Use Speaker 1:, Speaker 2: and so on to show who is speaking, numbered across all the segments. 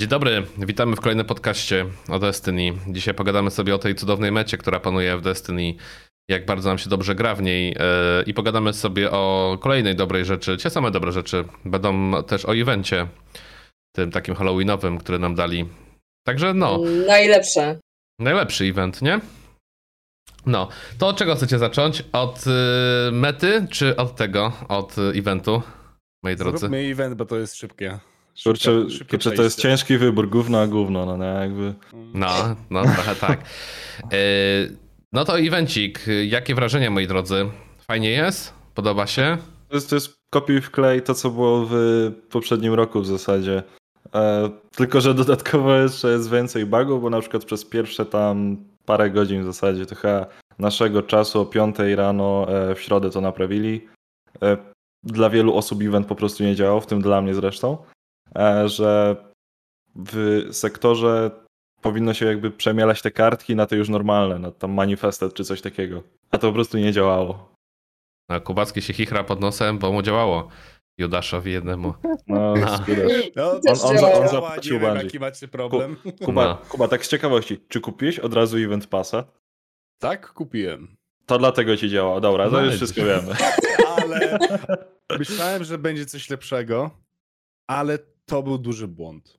Speaker 1: Dzień dobry, witamy w kolejnym podcaście o Destiny. Dzisiaj pogadamy sobie o tej cudownej mecie, która panuje w Destiny, jak bardzo nam się dobrze gra w niej i pogadamy sobie o kolejnej dobrej rzeczy. Te same dobre rzeczy będą też o evencie, tym takim halloweenowym, który nam dali. Także najlepszy event, nie? No, to od czego chcecie zacząć? Od mety, czy od eventu, moi drodzy?
Speaker 2: Zróbmy event, bo to jest szybkie.
Speaker 3: Kurczę, to jest ciężki wybór, gówno a gówno, no nie, jakby.
Speaker 1: No, trochę tak. No to evencik, jakie wrażenia, moi drodzy? Fajnie jest? Podoba się?
Speaker 3: To jest kopiuj w klej to, co było w poprzednim roku w zasadzie. Tylko, że dodatkowo jeszcze jest więcej bugów, bo na przykład przez pierwsze tam parę godzin w zasadzie, to chyba naszego czasu o 5 rano w środę to naprawili. Dla wielu osób event po prostu nie działał, w tym dla mnie zresztą, że w sektorze powinno się jakby przemielać te kartki na te już normalne, na tam manifested czy coś takiego, a to po prostu nie działało.
Speaker 1: No, Kubacki się chichra pod nosem, bo mu działało. Judaszowi jednemu.
Speaker 3: On zapłacił bardziej.
Speaker 2: Jaki macie problem?
Speaker 3: Kuba, tak z ciekawości, czy kupiłeś od razu event passa?
Speaker 2: Tak, kupiłem.
Speaker 3: To dlatego ci działa. Dobra, to już wszystko wiemy.
Speaker 2: Ale myślałem, że będzie coś lepszego, ale to był duży błąd.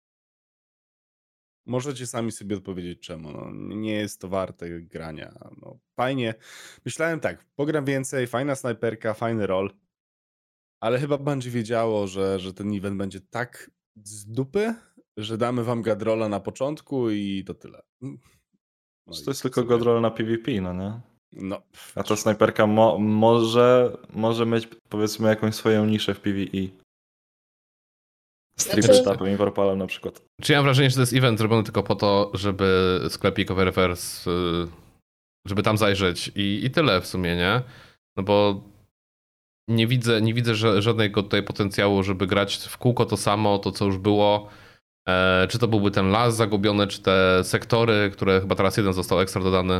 Speaker 2: Możecie sami sobie odpowiedzieć czemu. No, nie jest to warte grania. No, fajnie. Myślałem tak, pogram więcej, fajna snajperka, fajny roll, ale chyba Bungie wiedziało, że ten event będzie tak z dupy, że damy wam gadrola na początku i to tyle. No
Speaker 3: to jest tylko gadroll na PvP, no nie?
Speaker 2: No.
Speaker 3: A ta snajperka może mieć, powiedzmy, jakąś swoją niszę w PvE. Z Triple i Warpalem na przykład.
Speaker 1: Czy ja mam wrażenie, że to jest event zrobiony tylko po to, żeby sklepik Oververse, żeby tam zajrzeć i tyle w sumie, nie? No bo nie widzę żadnego tutaj potencjału, żeby grać w kółko to samo, to co już było. Czy to byłby ten las zagubiony, czy te sektory, które chyba teraz jeden został ekstra dodany.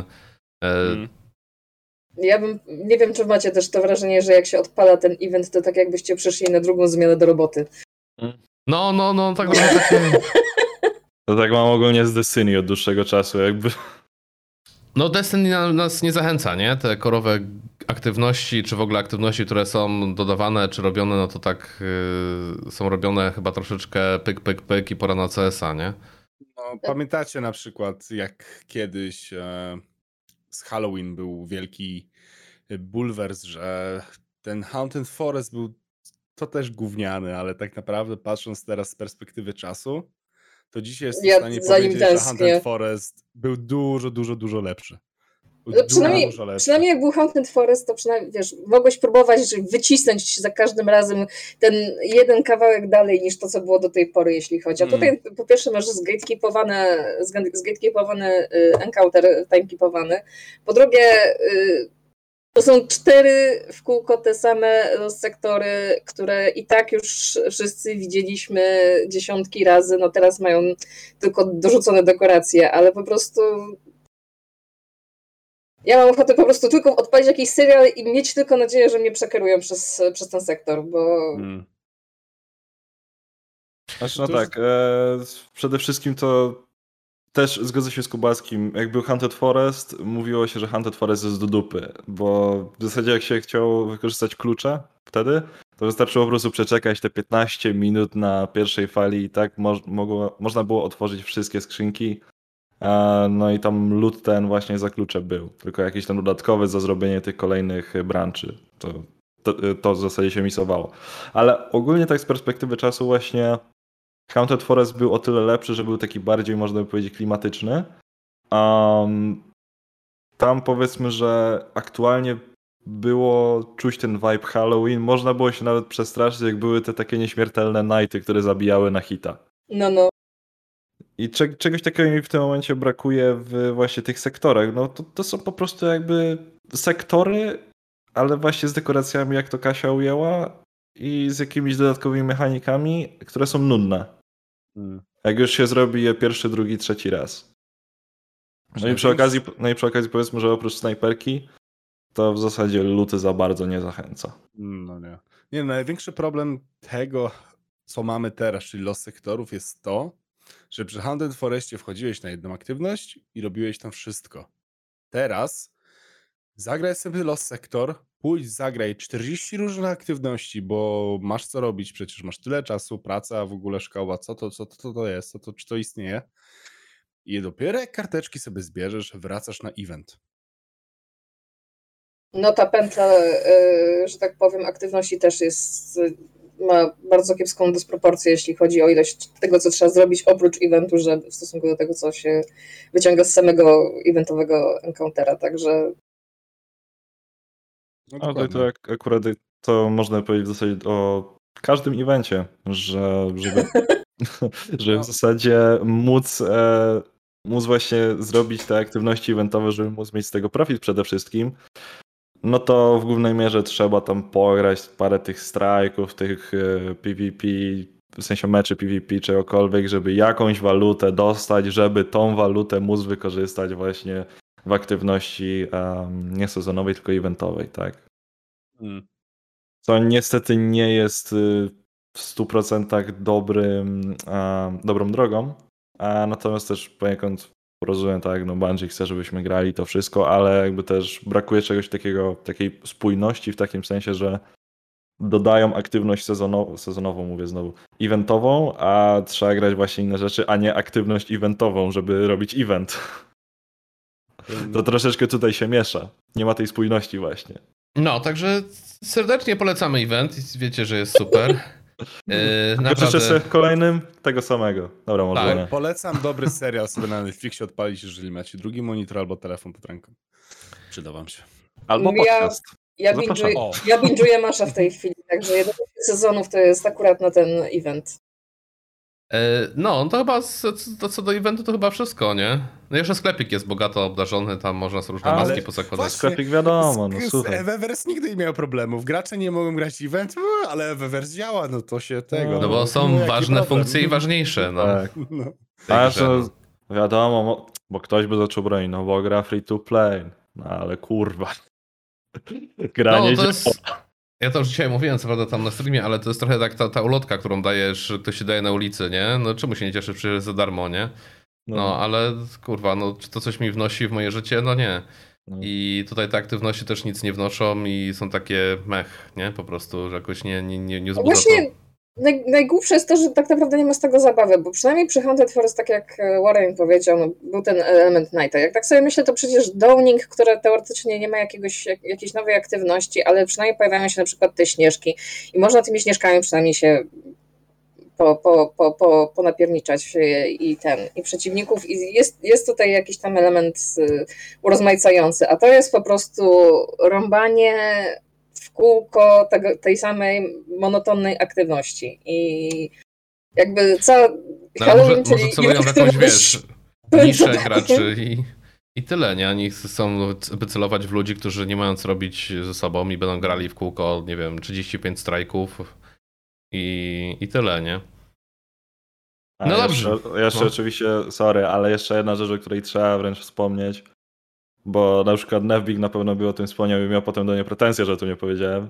Speaker 4: Nie wiem, czy macie też to wrażenie, że jak się odpala ten event, to tak jakbyście przyszli na drugą zmianę do roboty.
Speaker 1: No, tak.
Speaker 3: To tak mam ogólnie z Destiny od dłuższego czasu, jakby.
Speaker 1: No Destiny nas nie zachęca, nie? Te korowe aktywności, czy w ogóle aktywności, które są dodawane, czy robione, no to tak są robione chyba troszeczkę pyk i pora na CS-a, nie?
Speaker 2: No, pamiętacie na przykład, jak kiedyś z Halloween był wielki bulwers, że ten Haunted Forest był to też gówniany, ale tak naprawdę patrząc teraz z perspektywy czasu, to dzisiaj jestem w stanie powiedzieć, że Haunted Forest był dużo lepszy.
Speaker 4: Przynajmniej jak był Haunted Forest, to przynajmniej, wiesz, mogłeś próbować wycisnąć za każdym razem ten jeden kawałek dalej niż to, co było do tej pory, jeśli chodzi. A tutaj po pierwsze masz zgatekeepowany encounter, timekeepowany. Po drugie, to są 4 w kółko te same sektory, które i tak już wszyscy widzieliśmy dziesiątki razy, no teraz mają tylko dorzucone dekoracje, ale po prostu ja mam ochotę po prostu tylko odpalić jakiś serial i mieć tylko nadzieję, że mnie przekierują przez ten sektor, bo...
Speaker 3: Znaczy, no tak, przede wszystkim to też zgodzę się z Kubackim. Jak był Haunted Forest, mówiło się, że Haunted Forest jest do dupy, bo w zasadzie jak się chciało wykorzystać klucze wtedy, to wystarczyło po prostu przeczekać te 15 minut na pierwszej fali i tak można było otworzyć wszystkie skrzynki. No i tam loot ten właśnie za klucze był, tylko jakiś ten dodatkowy za zrobienie tych kolejnych branczy. To w zasadzie się misowało. Ale ogólnie tak z perspektywy czasu właśnie Haunted Forest był o tyle lepszy, że był taki bardziej, można by powiedzieć, klimatyczny. Tam powiedzmy, że aktualnie było czuć ten vibe Halloween. Można było się nawet przestraszyć, jak były te takie nieśmiertelne nighty, które zabijały na hita.
Speaker 4: No.
Speaker 3: I czegoś takiego mi w tym momencie brakuje w właśnie tych sektorach. No to są po prostu jakby sektory, ale właśnie z dekoracjami, jak to Kasia ujęła, i z jakimiś dodatkowymi mechanikami, które są nudne. Jak już się zrobi je pierwszy, drugi, trzeci raz. No i przy okazji powiedzmy, że oprócz snajperki, to w zasadzie luty za bardzo nie zachęca.
Speaker 2: No nie. Nie, największy problem tego, co mamy teraz, czyli los sektorów, jest to, że przy Haunted Forestie wchodziłeś na jedną aktywność i robiłeś tam wszystko. Teraz zagraj sobie Lost Sector, pójdź, zagraj 40 różnych aktywności, bo masz co robić, przecież masz tyle czasu, praca, w ogóle szkoła, co to jest, czy to istnieje. I dopiero jak karteczki sobie zbierzesz, wracasz na event.
Speaker 4: No ta pętla, że tak powiem, aktywności też ma bardzo kiepską dysproporcję, jeśli chodzi o ilość tego, co trzeba zrobić oprócz eventu, że w stosunku do tego, co się wyciąga z samego eventowego encountera, także...
Speaker 3: No to akurat to można powiedzieć w zasadzie o każdym evencie, żeby w zasadzie móc właśnie zrobić te aktywności eventowe, żeby móc mieć z tego profit przede wszystkim, no to w głównej mierze trzeba tam pograć parę tych strajków, tych PvP, w sensie meczy PvP, czegokolwiek, żeby jakąś walutę dostać, żeby tą walutę móc wykorzystać właśnie w aktywności nie sezonowej, tylko eventowej, tak? Co niestety nie jest w 100% dobrą drogą, natomiast też poniekąd rozumiem, tak, no Bungie chce, żebyśmy grali to wszystko, ale jakby też brakuje czegoś takiej spójności w takim sensie, że dodają aktywność sezonową, mówię znowu, eventową, a trzeba grać właśnie inne rzeczy, a nie aktywność eventową, żeby robić event. To troszeczkę tutaj się miesza. Nie ma tej spójności właśnie.
Speaker 1: No, także serdecznie polecamy event. Wiecie, że jest super.
Speaker 3: Naprawdę... sobie w kolejnym tego samego. Dobra, może
Speaker 1: tak.
Speaker 3: nie.
Speaker 2: Polecam dobry serial sobie na Netflixie odpalić, jeżeli macie drugi monitor albo telefon pod ręką. Przyda wam się.
Speaker 3: Albo podcast.
Speaker 4: Ja binge'uję Masza w tej chwili, także 11 sezonów to jest akurat na ten event.
Speaker 1: No, to chyba co do eventu to chyba wszystko, nie? No jeszcze sklepik jest bogato obdarzony, tam można sobie różne maski pozakładać.
Speaker 3: Sklepik wiadomo, no słuchaj.
Speaker 2: Eververse nigdy nie miał problemów. Gracze nie mogą grać event, ale Eververse działa, no to się tego...
Speaker 1: No bo są ważne funkcje i ważniejsze, no.
Speaker 3: Tak. No. Wiadomo, bo ktoś by zaczął bronić, no bo gra free to play. No ale kurwa. Granie
Speaker 1: no, to jest... Ja to już dzisiaj mówiłem, co prawda tam na streamie, ale to jest trochę tak ta ulotka, którą dajesz, ktoś się daje na ulicy, nie? No czemu się nie cieszysz, przecież za darmo, nie? No ale kurwa, no czy to coś mi wnosi w moje życie? No nie. I tutaj te aktywności też nic nie wnoszą i są takie mech, nie? Po prostu, że jakoś nie wzbudza
Speaker 4: właśnie...
Speaker 1: to.
Speaker 4: Najgłupsze jest to, że tak naprawdę nie ma z tego zabawy, bo przynajmniej przy Haunted Forest, tak jak Warren powiedział, no, był ten element Nighta. Jak tak sobie myślę, to przecież Dawning, które teoretycznie nie ma jakiejś nowej aktywności, ale przynajmniej pojawiają się na przykład te śnieżki i można tymi śnieżkami przynajmniej się ponapierniczać i przeciwników i jest tutaj jakiś tam element urozmaicający, a to jest po prostu rąbanie w kółko tej samej monotonnej aktywności i jakby
Speaker 1: Halloween, może celują w jakąś, wiesz, niszę graczy i tyle, nie? Oni chcą wycelować w ludzi, którzy nie mają co robić ze sobą i będą grali w kółko, nie wiem, 35 strajków i tyle, nie? No dobrze.
Speaker 3: Jeszcze oczywiście, sorry, ale jeszcze jedna rzecz, o której trzeba wręcz wspomnieć, bo na przykład Nevbig na pewno by o tym wspomniał i miał potem do mnie pretensje, że o tym nie powiedziałem.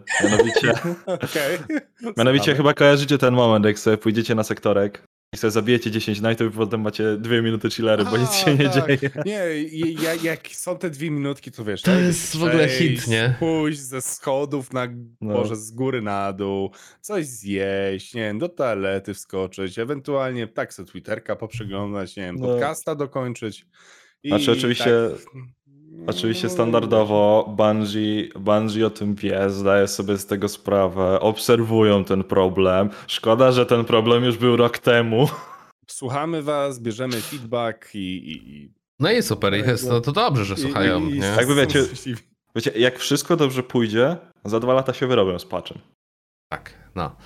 Speaker 3: Mianowicie chyba kojarzycie ten moment, jak sobie pójdziecie na sektorek i sobie zabijecie 10 knightów i potem macie 2 minuty chillery, bo nic się nie dzieje.
Speaker 2: Nie, jak są te 2 minutki, to wiesz,
Speaker 1: to jest w ogóle hit, nie?
Speaker 2: Pójść ze schodów może z góry na dół, coś zjeść, nie wiem, do toalety wskoczyć, ewentualnie tak sobie Twitterka poprzeglądać, nie wiem, podcasta dokończyć.
Speaker 3: Znaczy oczywiście standardowo Bungie o tym wie, zdaje sobie z tego sprawę, obserwują ten problem. Szkoda, że ten problem już był rok temu.
Speaker 2: Słuchamy was, bierzemy feedback
Speaker 1: No i super, jest, to dobrze, że słuchają. Nie?
Speaker 3: Jakby wiecie, jak wszystko dobrze pójdzie, za 2 lata się wyrobią z patchem.
Speaker 1: Tak, no.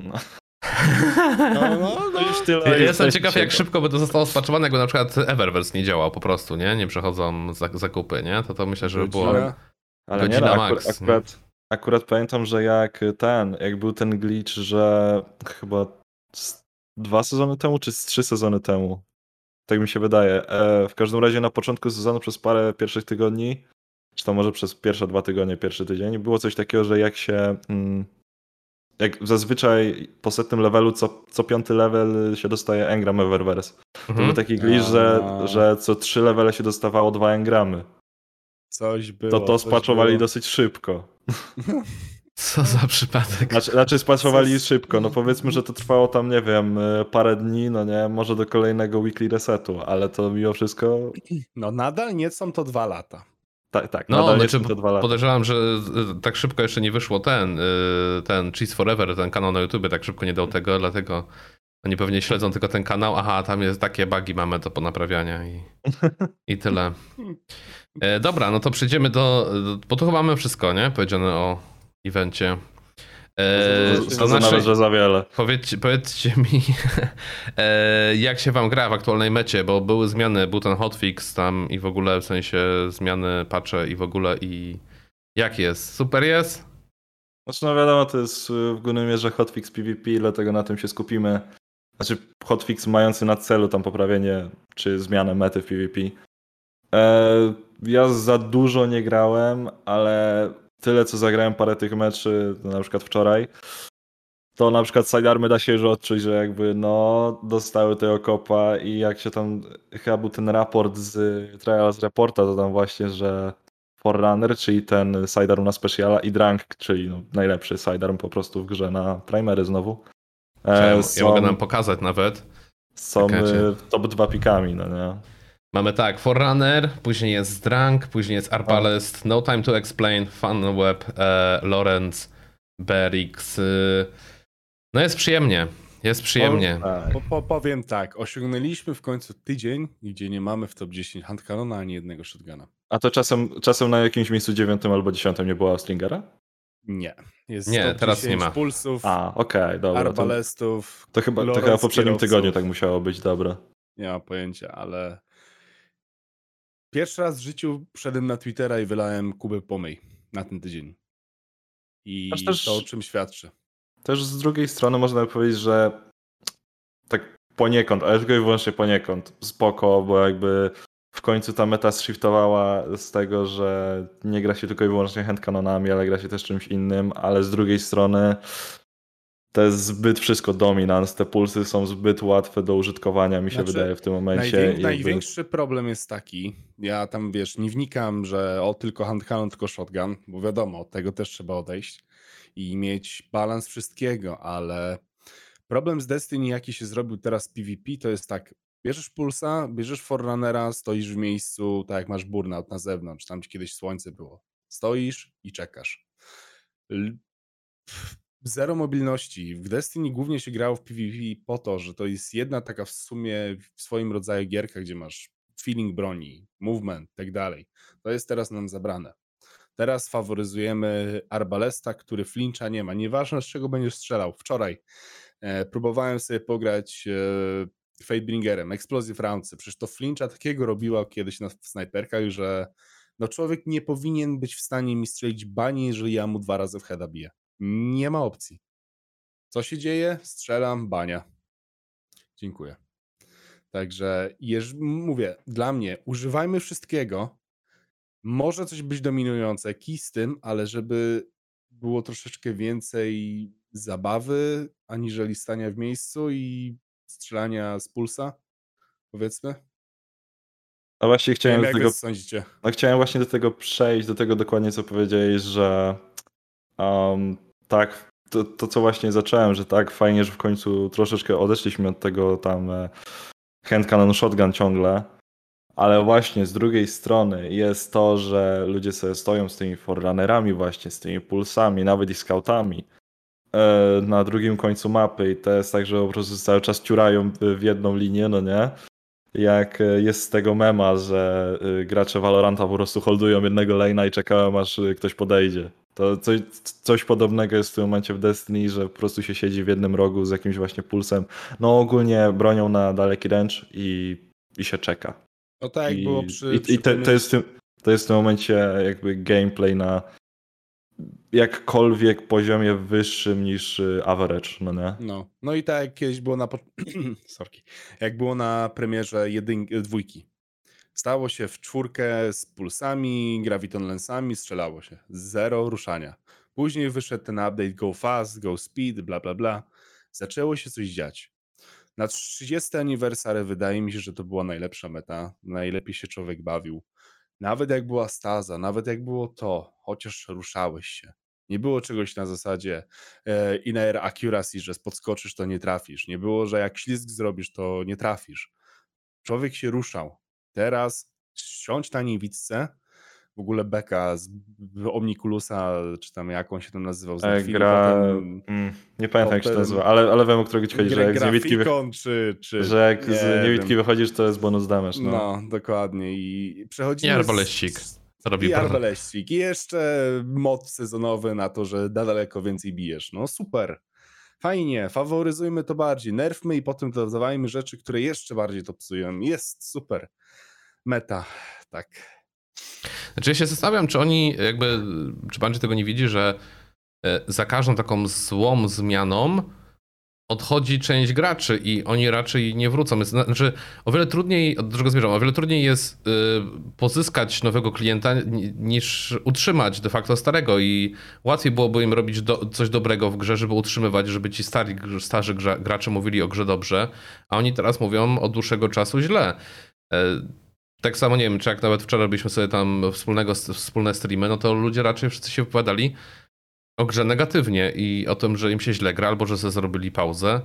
Speaker 2: No
Speaker 3: już tyle.
Speaker 1: Ja jestem ciekaw, jak szybko by to zostało spatchowane, jakby na przykład Eververse nie działał po prostu, nie? Nie przechodzą zakupy, nie? To myślę, że by było
Speaker 3: ale
Speaker 1: godzina
Speaker 3: nie,
Speaker 1: max.
Speaker 3: Akurat pamiętam, że jak był ten glitch, że chyba 2 sezony temu, czy 3 sezony temu, tak mi się wydaje. W każdym razie na początku sezonu przez parę pierwszych tygodni, czy to może przez pierwsze 2 tygodnie, pierwszy tydzień, było coś takiego, że jak się jak zazwyczaj po setnym levelu co 5. level się dostaje engram Eververse. To był taki glitch, że co 3 levele się dostawało 2 engramy.
Speaker 2: Coś było.
Speaker 3: To spaczowali dosyć szybko.
Speaker 1: Co za przypadek.
Speaker 3: Znaczy spaczowali szybko, no powiedzmy, że to trwało tam, nie wiem, parę dni, no nie, może do kolejnego weekly resetu, ale to mimo wszystko...
Speaker 2: No nadal nie są to 2 lata.
Speaker 3: Tak,
Speaker 1: No,
Speaker 3: nadal nie
Speaker 1: znaczy
Speaker 3: są to 2 lata.
Speaker 1: podejrzewam, że tak szybko jeszcze nie wyszło ten Cheese Forever, ten kanał na YouTube, tak szybko nie dał tego, dlatego oni pewnie śledzą tylko ten kanał, aha, tam jest takie bugi, mamy do ponaprawiania i tyle. Dobra, no to przejdziemy bo tu chyba mamy wszystko, nie? Powiedziane o evencie.
Speaker 3: To nawet, że za wiele.
Speaker 1: Powiedzcie mi, jak się wam gra w aktualnej mecie, bo były zmiany, był ten hotfix tam i w ogóle, w sensie zmiany, patche i w ogóle i jak jest? Super jest?
Speaker 3: Znaczy no wiadomo, to jest w głównej mierze hotfix PvP, dlatego na tym się skupimy. Znaczy hotfix mający na celu tam poprawienie czy zmianę mety w PvP. Ja za dużo nie grałem, ale tyle co zagrałem parę tych meczy, na przykład wczoraj, to na przykład sidearmy da się już odczuć, że jakby no dostały tego kopa i jak się tam, chyba był ten raport z Trials Reporta, to tam właśnie, że Forerunner, czyli ten sidearm na speciala i Drunk, czyli no, najlepszy sidearm po prostu w grze na primery znowu.
Speaker 1: Ja mogę nam pokazać nawet.
Speaker 3: Są top 2 pikami, no nie?
Speaker 1: Mamy tak, Forerunner, później jest Drunk, później jest Arbalest, No Time to Explain, Funweb, Lorenz, Berix. No jest przyjemnie,
Speaker 2: Powiem tak, osiągnęliśmy w końcu tydzień, gdzie nie mamy w top 10 handcannona ani jednego shotguna.
Speaker 3: A to czasem na jakimś miejscu 9 albo 10 nie było Stringera?
Speaker 2: Nie. Jest
Speaker 1: nie,
Speaker 2: top
Speaker 1: teraz
Speaker 2: 10
Speaker 1: nie ma.
Speaker 2: Pulsów,
Speaker 3: Okej, dobra.
Speaker 2: Arbalestów.
Speaker 3: To chyba w poprzednim tygodniu tak musiało być, dobra.
Speaker 2: Nie mam pojęcia, ale pierwszy raz w życiu wszedłem na Twittera i wylałem kubę pomyj na ten tydzień. I to o czym świadczy.
Speaker 3: Też z drugiej strony można powiedzieć, że tak poniekąd, ale tylko i wyłącznie poniekąd, spoko, bo jakby w końcu ta meta shiftowała z tego, że nie gra się tylko i wyłącznie handcannonami, ale gra się też czymś innym, ale z drugiej strony to jest zbyt wszystko dominance, te pulsy są zbyt łatwe do użytkowania, mi się wydaje w tym momencie.
Speaker 2: Największy problem jest taki, ja tam wiesz, nie wnikam, że tylko handcannon, tylko shotgun, bo wiadomo, od tego też trzeba odejść i mieć balans wszystkiego, ale problem z Destiny, jaki się zrobił teraz PvP, to jest tak, bierzesz pulsa, bierzesz Forerunnera, stoisz w miejscu, tak jak masz burnout na zewnątrz, tam gdzie kiedyś słońce było. Stoisz i czekasz. Zero mobilności. W Destiny głównie się grało w PvP po to, że to jest jedna taka w sumie w swoim rodzaju gierka, gdzie masz feeling broni, movement i tak dalej. To jest teraz nam zabrane. Teraz faworyzujemy Arbalesta, który flincha nie ma. Nieważne z czego będziesz strzelał. Wczoraj próbowałem sobie pograć Fatebringerem, Explosive Roundsy. Przecież to flincha takiego robiła kiedyś w snajperkach, że no człowiek nie powinien być w stanie mi strzelić bani, jeżeli ja mu 2 razy w heada biję. Nie ma opcji. Co się dzieje? Strzelam, bania. Dziękuję. Także mówię, dla mnie używajmy wszystkiego. Może coś być dominujące, kij z tym, ale żeby było troszeczkę więcej zabawy, aniżeli stania w miejscu i strzelania z pulsa, powiedzmy.
Speaker 3: A właśnie chciałem
Speaker 2: Nie wiem, jak sądzicie.
Speaker 3: Chciałem właśnie do tego przejść, do tego dokładnie co powiedziałeś, że tak, to co właśnie zacząłem, że tak, fajnie, że w końcu troszeczkę odeszliśmy od tego tam handcannon, shotgun ciągle, ale właśnie z drugiej strony jest to, że ludzie sobie stoją z tymi forerunnerami właśnie, z tymi pulsami, nawet i scoutami na drugim końcu mapy i to jest tak, że po prostu cały czas ciurają w jedną linię, no nie? Jak jest z tego mema, że gracze Valoranta po prostu holdują jednego lane'a i czekają aż ktoś podejdzie. To coś podobnego jest w tym momencie w Destiny, że po prostu się siedzi w jednym rogu z jakimś właśnie pulsem. No ogólnie bronią na daleki range i się czeka.
Speaker 2: No tak jak było
Speaker 3: to jest w tym momencie jakby gameplay na jakkolwiek poziomie wyższym niż average, no nie?
Speaker 2: No i tak jak kiedyś było jak było na premierze 2. Stało się w 4 z pulsami, graviton lensami, strzelało się. Zero ruszania. Później wyszedł ten update Go Fast, Go Speed, bla bla bla. Zaczęło się coś dziać. Na 30. aniversary wydaje mi się, że to była najlepsza meta. Najlepiej się człowiek bawił. Nawet jak była staza, nawet jak było to, chociaż ruszałeś się. Nie było czegoś na zasadzie in-air accuracy, że podskoczysz, to nie trafisz. Nie było, że jak ślizg zrobisz, to nie trafisz. Człowiek się ruszał. Teraz siądź na niewidce, w ogóle beka z Omniculusa, czy tam jak on się tam nazywał, z chwili potem...
Speaker 3: Nie pamiętam jak się to nazywa, ale wiem, o którego ci chodzi, że jak z niewidki że jak z niewidki wychodzisz, to jest bonus damage.
Speaker 2: No, dokładnie. I przechodzimy...
Speaker 1: I arbaleścik.
Speaker 2: I arbaleścik. I jeszcze mod sezonowy na to, że daleko więcej bijesz. No super. Fajnie, faworyzujmy to bardziej. Nerfmy i potem dodawajmy rzeczy, które jeszcze bardziej to psują. Jest super. Meta, tak.
Speaker 1: Znaczy ja się zastanawiam, czy oni czy Bungie tego nie widzi, że za każdą taką złą zmianą odchodzi część graczy i oni raczej nie wrócą. Znaczy o wiele trudniej, do czego zmierzam, o wiele trudniej jest pozyskać nowego klienta niż utrzymać de facto starego i łatwiej byłoby im robić coś dobrego w grze, żeby utrzymywać, żeby ci starzy gracze mówili o grze dobrze, a oni teraz mówią od dłuższego czasu źle. Tak samo, nie wiem, czy jak nawet wczoraj robiliśmy sobie tam wspólne streamy, no to ludzie raczej wszyscy się wypowiadali o grze negatywnie i o tym, że im się źle gra, albo że sobie zrobili pauzę.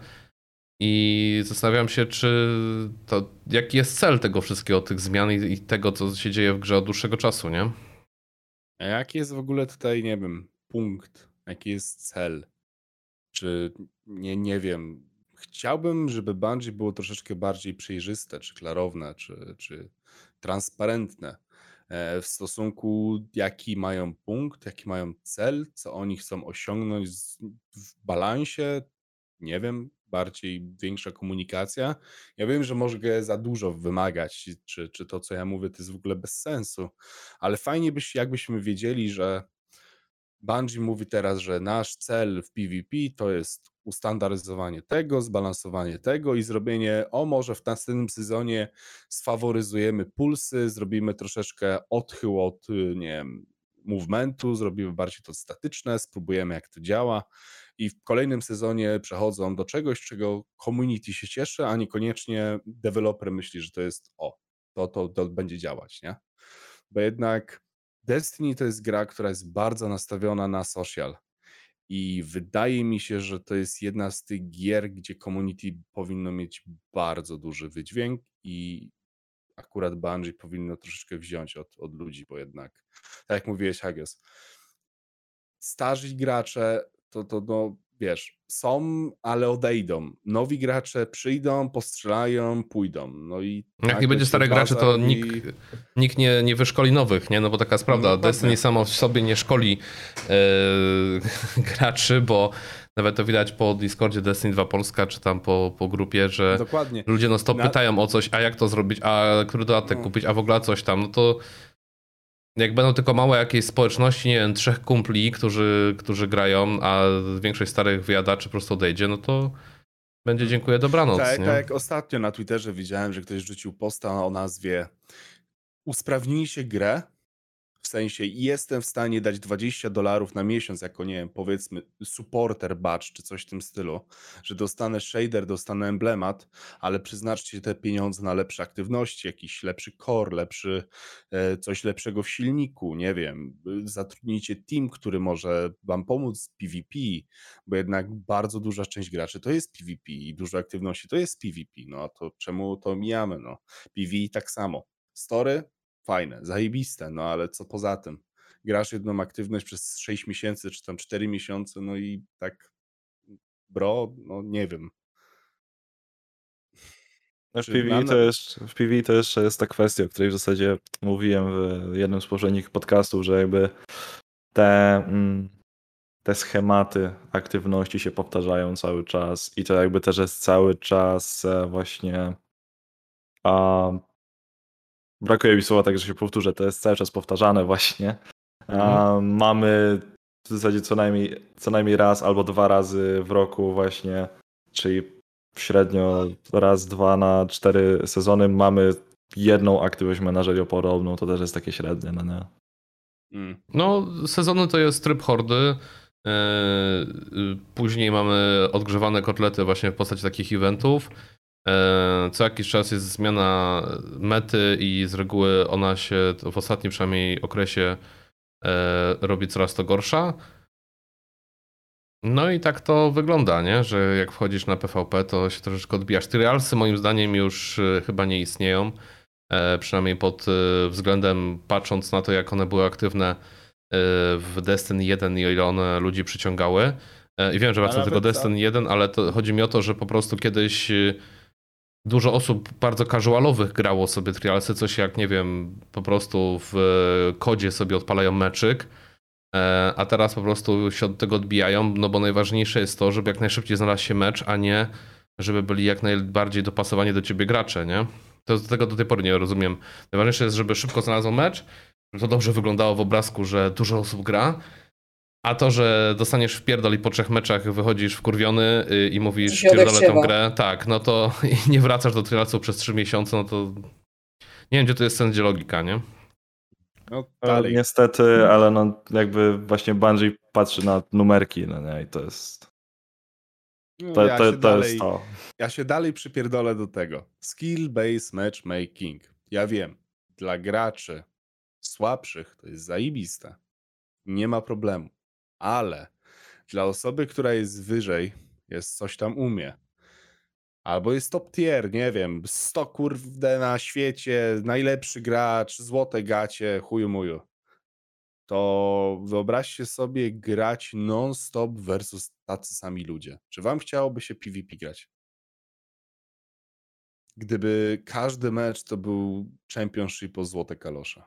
Speaker 1: I zastanawiam się, jaki jest cel tego wszystkiego, tych zmian i tego, co się dzieje w grze od dłuższego czasu, nie?
Speaker 2: A jaki jest w ogóle tutaj, nie wiem, punkt? Jaki jest cel? Czy, nie wiem, chciałbym, żeby Bungie było troszeczkę bardziej przejrzyste, czy klarowne, czy transparentne w stosunku jaki mają punkt, jaki mają cel, co oni chcą osiągnąć w balansie, nie wiem, bardziej większa komunikacja. Ja wiem, że mogę za dużo wymagać, czy to, co ja mówię, to jest w ogóle bez sensu, ale fajnie jakbyśmy wiedzieli, że Bungie mówi teraz, że nasz cel w PvP to jest ustandaryzowanie tego, zbalansowanie tego i zrobienie, może w następnym sezonie sfaworyzujemy pulsy, zrobimy troszeczkę odchył od, nie wiem, movementu, zrobimy bardziej to statyczne, spróbujemy jak to działa i w kolejnym sezonie przechodzą do czegoś, czego community się cieszy, a niekoniecznie deweloper myśli, że to jest to będzie działać, nie? Bo jednak Destiny to jest gra, która jest bardzo nastawiona na social i wydaje mi się, że to jest jedna z tych gier, gdzie community powinno mieć bardzo duży wydźwięk i akurat Bungie powinno troszeczkę wziąć od ludzi, bo jednak, tak jak mówiłeś, Hagios, starzy gracze to no, wiesz, są, ale odejdą. Nowi gracze przyjdą, postrzelają, pójdą. No i
Speaker 1: jak nie będzie starych graczy, to nikt nie wyszkoli nowych, nie? No bo taka jest prawda. Destiny samo w sobie nie szkoli graczy, bo nawet to widać po Discordzie Destiny 2 Polska, czy tam po grupie, że
Speaker 2: dokładnie.
Speaker 1: Ludzie pytają o coś, a jak to zrobić, a który dodatek kupić, a w ogóle coś tam, no to jak będą tylko małe jakieś społeczności, nie wiem, 3 kumpli, którzy grają, a większość starych wyjadaczy po prostu odejdzie, no to będzie dziękuję, dobranoc.
Speaker 2: Tak,
Speaker 1: nie?
Speaker 2: tak, ostatnio na Twitterze widziałem, że ktoś rzucił posta o nazwie usprawnijcie grę, w sensie jestem w stanie dać $20 na miesiąc jako, nie wiem, powiedzmy supporter badge czy coś w tym stylu, że dostanę shader, dostanę emblemat, ale przeznaczcie te pieniądze na lepsze aktywności, jakiś lepszy core, coś lepszego w silniku, nie wiem, zatrudnijcie team, który może wam pomóc w PvP, bo jednak bardzo duża część graczy to jest PvP i dużo aktywności to jest PvP, no to czemu to mijamy, no. PvE tak samo. Story? Fajne, zajebiste, no ale co poza tym? Grasz jedną aktywność przez 6 miesięcy, czy tam 4 miesiące, no i tak no nie wiem.
Speaker 3: W PvE to jeszcze jest ta kwestia, o której w zasadzie mówiłem w jednym z poprzednich podcastów, że jakby te schematy aktywności się powtarzają cały czas i to jakby też jest cały czas właśnie brakuje mi słowa, tak że się powtórzę, to jest cały czas powtarzane właśnie. Mamy w zasadzie co najmniej raz albo 2 razy w roku właśnie, czyli średnio raz, 2 na 4 sezony mamy jedną aktywność menadżerioporoobną, to też jest takie średnie, no nie?
Speaker 1: No, sezony to jest tryb hordy. Później mamy odgrzewane kotlety właśnie w postaci takich eventów. Co jakiś czas jest zmiana mety i z reguły ona się w ostatnim przynajmniej okresie robi coraz to gorsza. No i tak to wygląda, nie? Że jak wchodzisz na PvP, to się troszeczkę odbijasz. Trialsy moim zdaniem już chyba nie istnieją. Przynajmniej pod względem, patrząc na to, jak one były aktywne w Destiny 1 i o ile one ludzi przyciągały. I wiem, że wracam tylko Destiny 1, ale to chodzi mi o to, że po prostu kiedyś dużo osób bardzo casualowych grało sobie trialsy, coś jak, nie wiem, po prostu w kodzie sobie odpalają meczyk, a teraz po prostu się od tego odbijają, no bo najważniejsze jest to, żeby jak najszybciej znalazł się mecz, a nie żeby byli jak najbardziej dopasowani do ciebie gracze, nie? To tego do tej pory nie rozumiem. Najważniejsze jest, żeby szybko znalazło mecz, żeby to dobrze wyglądało w obrazku, że dużo osób gra, a to, że dostaniesz wpierdol i po 3 meczach wychodzisz wkurwiony i mówisz pierdolę tę grę, tak, no to i nie wracasz do trialsów przez 3 miesiące, no to nie wiem, gdzie tu jest sens, gdzie logika, nie?
Speaker 2: No dalej.
Speaker 3: Niestety, ale no jakby właśnie Bungie patrzy na numerki, no nie, i to jest...
Speaker 2: Ja się dalej przypierdolę do tego. Skill-based matchmaking. Ja wiem, dla graczy słabszych to jest zajebiste. Nie ma problemu. Ale dla osoby, która jest wyżej, jest coś tam umie. Albo jest top tier, nie wiem, 100 kurde na świecie, najlepszy gracz, złote gacie, chuju muju. To wyobraźcie sobie grać non-stop versus tacy sami ludzie. Czy wam chciałoby się PvP grać? Gdyby każdy mecz to był championship o złote kalosze.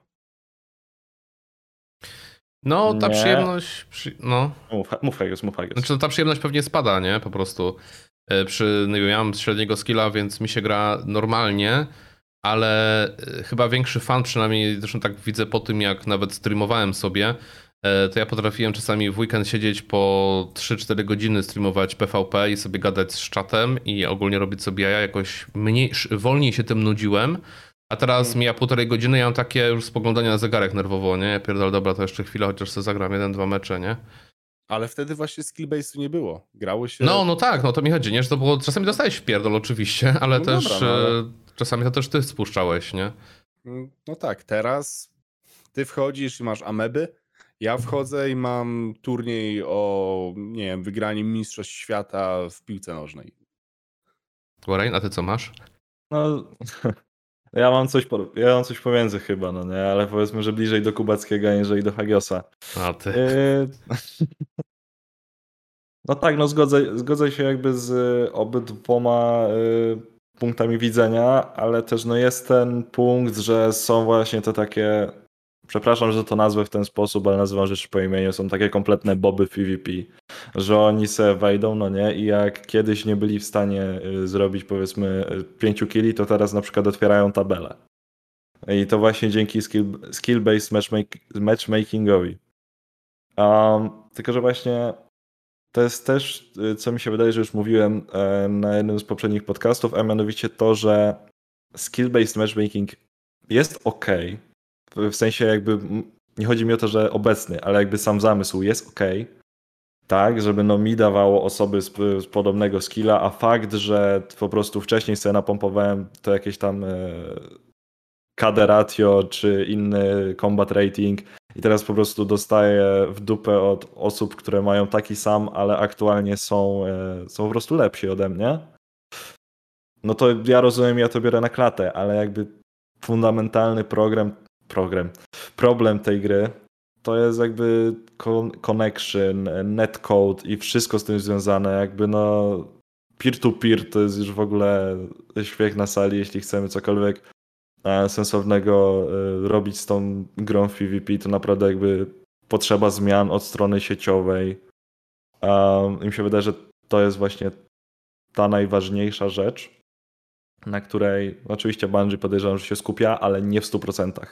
Speaker 1: No, ta
Speaker 3: Nie.
Speaker 1: przyjemność...
Speaker 3: Mów Hagios.
Speaker 1: Znaczy, ta przyjemność pewnie spada, nie? Po prostu. No, ja mam średniego skilla, więc mi się gra normalnie, ale chyba większy fan, przynajmniej zresztą tak widzę po tym, jak nawet streamowałem sobie, to ja potrafiłem czasami w weekend siedzieć po 3-4 godziny, streamować PvP i sobie gadać z czatem i ogólnie robić sobie jaja, jakoś wolniej się tym nudziłem, a teraz mija 1,5 godziny, ja mam takie już spoglądania na zegarek nerwowo, nie? Ja pierdolę, dobra, to jeszcze chwilę, chociaż sobie zagram 1-2 mecze, nie?
Speaker 2: Ale wtedy właśnie skill-base'u nie było. Grało się...
Speaker 1: No tak, no to mi chodzi, nie? Że to było, czasami dostałeś w pierdol oczywiście, ale
Speaker 2: No
Speaker 1: też
Speaker 2: dobra, ale...
Speaker 1: czasami to też ty spuszczałeś, nie?
Speaker 2: No tak, teraz ty wchodzisz i masz ameby, ja wchodzę i mam turniej o, nie wiem, wygranie mistrzostw świata w piłce nożnej.
Speaker 1: Warren, a ty co masz?
Speaker 3: No, ja mam coś pomiędzy chyba, no nie, ale powiedzmy, że bliżej do Kubackiego, aniżeli do Hagiosa.
Speaker 1: A ty.
Speaker 3: No tak, no zgodzę się jakby z obydwoma punktami widzenia, ale też no jest ten punkt, że są właśnie te takie, przepraszam, że to nazwę w ten sposób, ale nazywam rzeczy po imieniu, są takie kompletne boby PvP, że oni se wejdą, no nie, i jak kiedyś nie byli w stanie zrobić powiedzmy 5 killi, to teraz na przykład otwierają tabelę. I to właśnie dzięki skill-based matchmakingowi. Tylko, że właśnie to jest też, co mi się wydaje, że już mówiłem na jednym z poprzednich podcastów, a mianowicie to, że skill-based matchmaking jest ok. W sensie jakby, nie chodzi mi o to, że obecny, ale jakby sam zamysł jest ok. Tak, żeby no mi dawało osoby z podobnego skilla, a fakt, że po prostu wcześniej sobie napompowałem to jakieś tam KD ratio czy inny combat rating i teraz po prostu dostaję w dupę od osób, które mają taki sam, ale aktualnie są po prostu lepsi ode mnie. No to ja rozumiem, ja to biorę na klatę, ale jakby fundamentalny problem tej gry to jest jakby connection, netcode i wszystko z tym związane. Jakby no peer-to-peer to jest już w ogóle śmiech na sali, jeśli chcemy cokolwiek sensownego robić z tą grą w PvP, to naprawdę jakby potrzeba zmian od strony sieciowej. I mi się wydaje, że to jest właśnie ta najważniejsza rzecz, na której oczywiście Bungie podejrzewam, że się skupia, ale nie w 100%.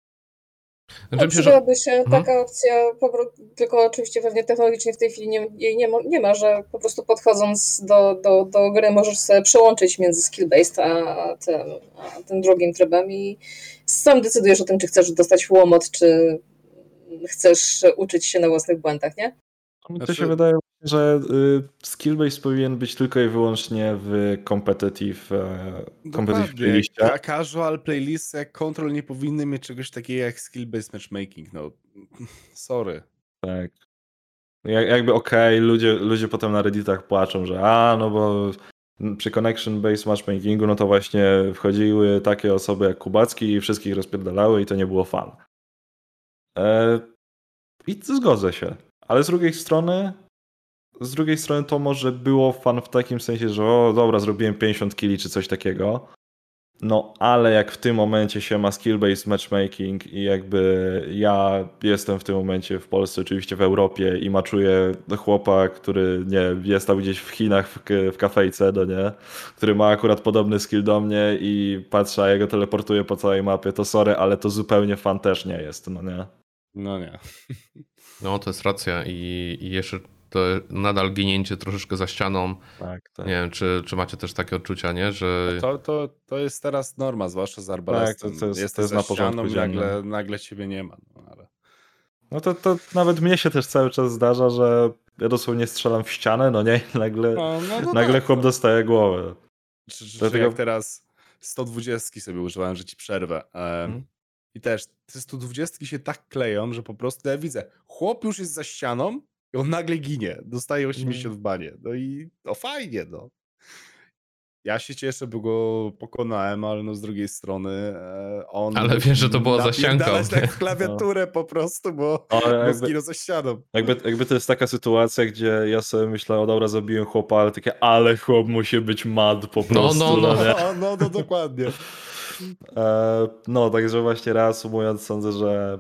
Speaker 4: Przydałaby się taka opcja, tylko oczywiście pewnie technologicznie w tej chwili jej nie ma, że po prostu podchodząc do gry możesz sobie przełączyć między skill-based a tym drugim trybem i sam decydujesz o tym, czy chcesz dostać łomot, czy chcesz uczyć się na własnych błędach, nie?
Speaker 3: To
Speaker 2: Znaczy-
Speaker 3: się wydaje, że skill-based powinien być tylko i wyłącznie w competitive playliście.
Speaker 2: Casual playlisty jak Control nie powinny mieć czegoś takiego jak skill-based matchmaking. No, sorry.
Speaker 3: Tak. Jakby ludzie potem na Redditach płaczą, że no bo przy connection-based matchmakingu no to właśnie wchodziły takie osoby jak Kubacki i wszystkich rozpierdalały i to nie było fan. I zgodzę się. Ale z drugiej strony to może było fan w takim sensie, że o dobra, zrobiłem 50 killi czy coś takiego. No ale jak w tym momencie się ma skill-based matchmaking i jakby ja jestem w tym momencie w Polsce, oczywiście w Europie i maczuję chłopa, który nie jest tam gdzieś w Chinach w kafejce, no nie, który ma akurat podobny skill do mnie i patrzę, a ja go teleportuję po całej mapie, to sorry, ale to zupełnie fan też nie jest, no nie.
Speaker 2: No nie.
Speaker 1: No, to jest racja i jeszcze to nadal ginięcie troszeczkę za ścianą.
Speaker 3: Tak.
Speaker 1: Nie wiem, czy macie też takie odczucia, nie? Że
Speaker 2: To jest teraz norma, zwłaszcza z Arbalestem.
Speaker 3: Tak, to jest
Speaker 2: Jesteś
Speaker 3: na porządku
Speaker 2: ścianą i
Speaker 3: dziennym.
Speaker 2: nagle ciebie nie ma. No, ale...
Speaker 3: No to nawet mnie się też cały czas zdarza, że ja dosłownie strzelam w ścianę, no nie, i nagle
Speaker 2: tak,
Speaker 3: chłop dostaje głowę.
Speaker 2: Czy
Speaker 3: Dlatego-
Speaker 2: jak teraz 120 sobie używałem, że ci przerwę. I też te 120 się tak kleją, że po prostu ja widzę, chłop już jest za ścianą i on nagle ginie. Dostaje 80 w banie. No i fajnie, no. Ja się cieszę, bo go pokonałem, ale no z drugiej strony on...
Speaker 1: Ale wiesz, że to było za ścianką.
Speaker 2: Napierdalać tak w klawiaturę po prostu, bo zginął za ścianą.
Speaker 3: Jakby to jest taka sytuacja, gdzie ja sobie myślę, o dobra, zabiłem chłopa, ale takie, ale chłop musi być mad po prostu.
Speaker 2: No, dokładnie.
Speaker 3: No, także właśnie reasumując, sądzę, że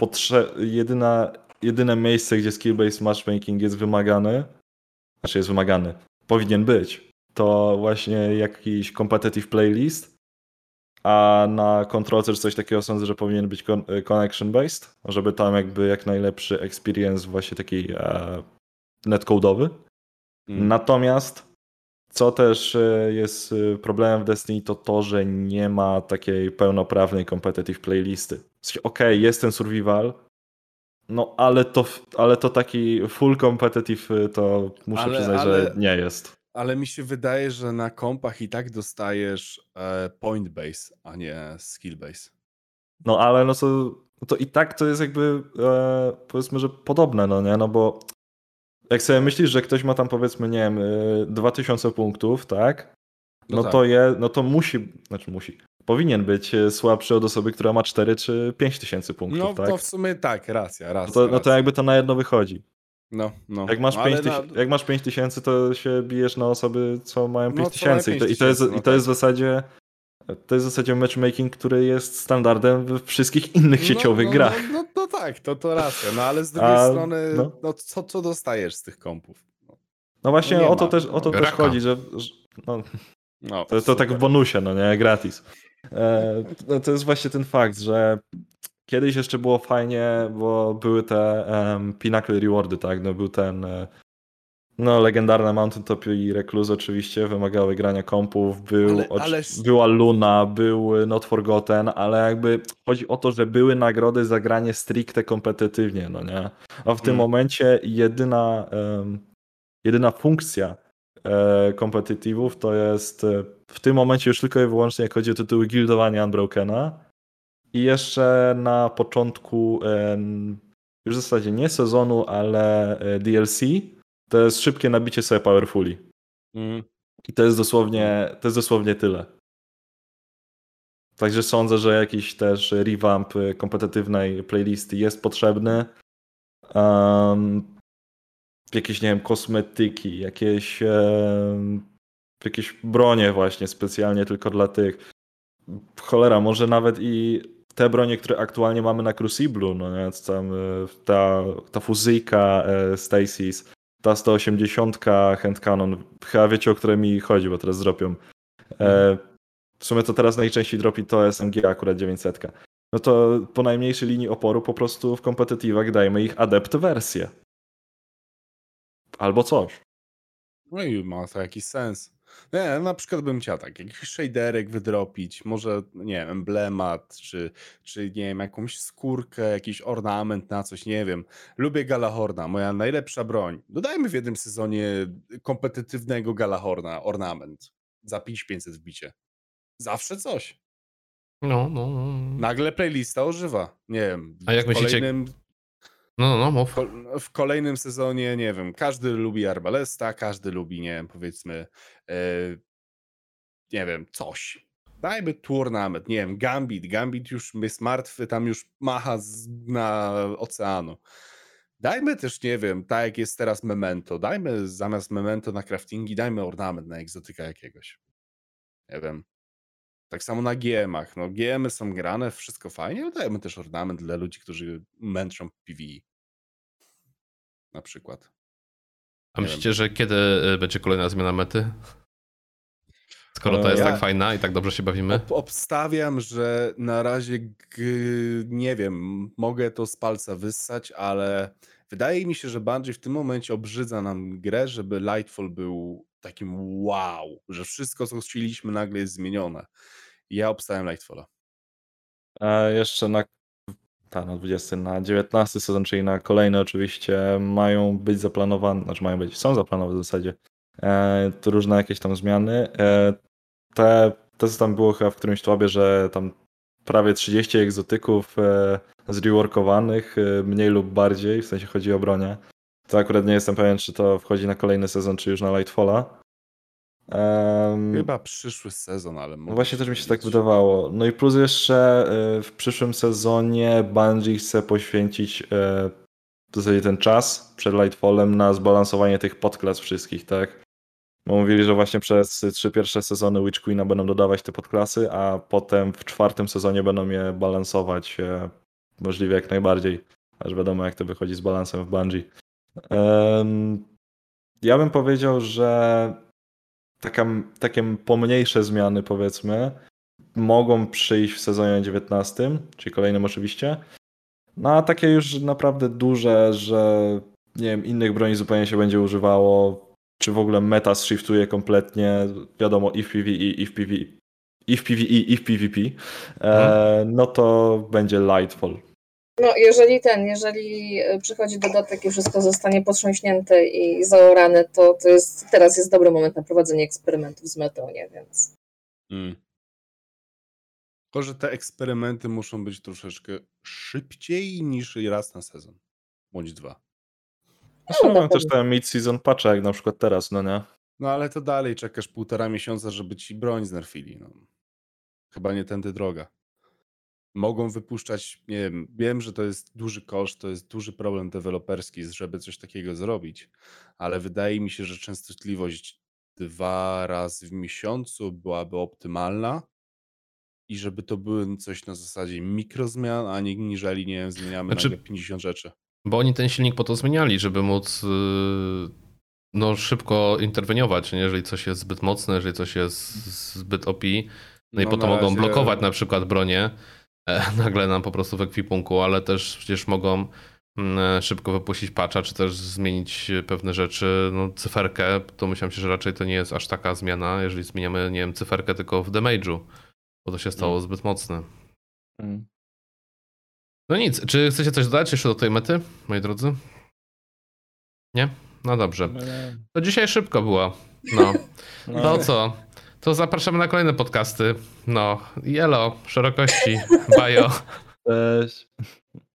Speaker 3: jedyne miejsce, gdzie skill-based matchmaking jest wymagany, powinien być, to właśnie jakiś competitive playlist, a na kontrolce czy coś takiego sądzę, że powinien być connection-based, żeby tam jakby jak najlepszy experience właśnie taki netcode'owy. Natomiast co też jest problemem w Destiny, to, że nie ma takiej pełnoprawnej competitive playlisty. W sensie, okej, jest ten survival, no ale to taki full competitive to muszę przyznać, że nie jest.
Speaker 2: Ale mi się wydaje, że na kompach i tak dostajesz point base, a nie skill base.
Speaker 3: No ale to i tak to jest jakby powiedzmy, że podobne, no nie? No bo jak sobie myślisz, że ktoś ma tam powiedzmy, nie wiem, 2000 punktów, tak? No to powinien być słabszy od osoby, która ma 4 czy 5 tysięcy punktów,
Speaker 2: no,
Speaker 3: tak?
Speaker 2: No to w sumie tak, racja.
Speaker 3: No to jakby to na jedno wychodzi.
Speaker 2: No.
Speaker 3: Jak masz 5 tysięcy, to się bijesz na osoby, co mają 5
Speaker 2: No,
Speaker 3: tysięcy. I to jest w zasadzie matchmaking, który jest standardem w wszystkich innych sieciowych grach.
Speaker 2: No tak, to racja. No ale z drugiej strony, co dostajesz z tych kompów?
Speaker 3: No właśnie o to też chodzi, że to tak w bonusie, no nie, gratis. To jest właśnie ten fakt, że kiedyś jeszcze było fajnie, bo były te Pinnacle Rewardy, tak? No był ten legendarna Mountaintop i Recluse oczywiście wymagały grania kompów, była Luna, był Not Forgotten, ale jakby chodzi o to, że były nagrody za granie stricte kompetytywnie, no nie? A w tym momencie jedyna funkcja competitive'ów to jest w tym momencie już tylko i wyłącznie jak chodzi o tytuły gildowania Unbrokena i jeszcze na początku już w zasadzie nie sezonu, ale DLC to jest szybkie nabicie sobie Powerfully. I to jest dosłownie tyle. Także sądzę, że jakiś też revamp kompetytywnej playlisty jest potrzebny. Jakieś, nie wiem, kosmetyki, jakieś bronie właśnie specjalnie tylko dla tych. Cholera, może nawet i te bronie, które aktualnie mamy na Cruciblu, no nie, tam ta fuzyjka Stasis, ta 180 hand cannon, chyba wiecie, o które mi chodzi, bo teraz dropią. W sumie to teraz najczęściej dropi to SMG akurat 900. No to po najmniejszej linii oporu po prostu w kompetitywach dajmy ich adept wersję. Albo coś.
Speaker 2: No i ma to jakiś sens. Nie, na przykład bym chciał tak, jakiś shaderek wydropić, może, nie wiem, emblemat, czy nie wiem, jakąś skórkę, jakiś ornament na coś, nie wiem. Lubię Galahorna, moja najlepsza broń. Dodajmy w jednym sezonie kompetytywnego Galahorna, ornament. Za 5500 wbicie. Zawsze coś.
Speaker 1: No.
Speaker 2: Nagle playlista ożywa. Nie wiem,
Speaker 1: A jak
Speaker 2: w
Speaker 1: myślicie-
Speaker 2: kolejnym...
Speaker 1: No, mów.
Speaker 2: W kolejnym sezonie, nie wiem, każdy lubi Arbalesta, każdy lubi, nie wiem, powiedzmy, nie wiem, coś. Dajmy turnament, nie wiem, Gambit już jest martwy, tam już macha na oceanu. Dajmy też, nie wiem, tak jak jest teraz Memento, dajmy zamiast Memento na craftingi, dajmy ornament na egzotyka jakiegoś. Nie wiem. Tak samo na GM-ach. No, GM-y są grane, wszystko fajnie, ale dajmy też ornament dla ludzi, którzy męczą PvE. Na przykład.
Speaker 1: A
Speaker 2: Nie
Speaker 1: myślicie, że kiedy będzie kolejna zmiana mety? Skoro to jest
Speaker 2: Ja-
Speaker 1: tak fajna i tak dobrze się bawimy?
Speaker 2: Obstawiam, że na razie, nie wiem, mogę to z palca wyssać, ale wydaje mi się, że Bungie w tym momencie obrzydza nam grę, żeby Lightfall był takim wow, że wszystko, co chcieliśmy, nagle jest zmienione. Ja obstawiam Lightfalla.
Speaker 3: A jeszcze na 20, na 19 sezon, czyli na kolejny oczywiście mają być zaplanowane, są zaplanowane w zasadzie to różne jakieś tam zmiany. To co tam było chyba w którymś tłabie, że tam prawie 30 egzotyków zreworkowanych, mniej lub bardziej, w sensie chodzi o bronię. To akurat nie jestem pewien, czy to wchodzi na kolejny sezon, czy już na Lightfalla.
Speaker 2: Chyba przyszły sezon, ale
Speaker 3: No
Speaker 2: mogę
Speaker 3: właśnie
Speaker 2: się
Speaker 3: też mi się tak
Speaker 2: mylić.
Speaker 3: wydawało. No i plus jeszcze w przyszłym sezonie Bungie chce poświęcić w zasadzie ten czas przed Lightfallem na zbalansowanie tych podklas wszystkich, tak? Bo mówili, że właśnie przez 3 pierwsze sezony Witch Queena będą dodawać te podklasy, a potem w 4. sezonie będą je balansować możliwie jak najbardziej. Aż wiadomo jak to wychodzi z balansem w Bungie. Ja bym powiedział, że takie pomniejsze zmiany, powiedzmy, mogą przyjść w sezonie 19, czyli kolejnym oczywiście. No a takie już naprawdę duże, że nie wiem, innych broni zupełnie się będzie używało, czy w ogóle meta shiftuje kompletnie, wiadomo, i w PvE, i w PvE, i w PvE, i w PvP, no to będzie Lightfall.
Speaker 4: No, jeżeli przychodzi dodatek i wszystko zostanie potrząśnięte i zaorane, to teraz jest dobry moment na prowadzenie eksperymentów z metą, nie? Więc
Speaker 2: Tylko, że te eksperymenty muszą być troszeczkę szybciej niż raz na sezon. Bądź 2.
Speaker 3: Zresztą
Speaker 4: na
Speaker 3: mam też
Speaker 4: pewno.
Speaker 3: te mid-season patche, jak na przykład teraz, no nie?
Speaker 2: No ale to dalej czekasz 1,5 miesiąca, żeby ci broń znerfili. No. Chyba nie tędy droga. Mogą wypuszczać, nie wiem, że to jest duży koszt, to jest duży problem deweloperski, żeby coś takiego zrobić, ale wydaje mi się, że częstotliwość 2 razy w miesiącu byłaby optymalna i żeby to były coś na zasadzie mikrozmian, a nie niżeli, nie wiem, zmieniamy
Speaker 1: Znaczy-
Speaker 2: nagle 50 rzeczy.
Speaker 1: Bo oni ten silnik po to zmieniali, żeby móc szybko interweniować, nie? Jeżeli coś jest zbyt mocne, jeżeli coś jest zbyt OP. No i
Speaker 2: No,
Speaker 1: po to
Speaker 2: na
Speaker 1: mogą
Speaker 2: razie-
Speaker 1: blokować na przykład bronię nagle nam po prostu w ekwipunku, ale też przecież mogą szybko wypuścić patcha, czy też zmienić pewne rzeczy. No cyferkę, to myślałem się, że raczej to nie jest aż taka zmiana, jeżeli zmieniamy, nie wiem, cyferkę tylko w damage'u, bo to się stało zbyt mocne. No nic, czy chcecie coś dodać jeszcze do tej mety, moi drodzy? Nie? No dobrze. To dzisiaj szybko było. No. To co? To zapraszamy na kolejne podcasty. No, elo, szerokości, bajo.
Speaker 3: Cześć.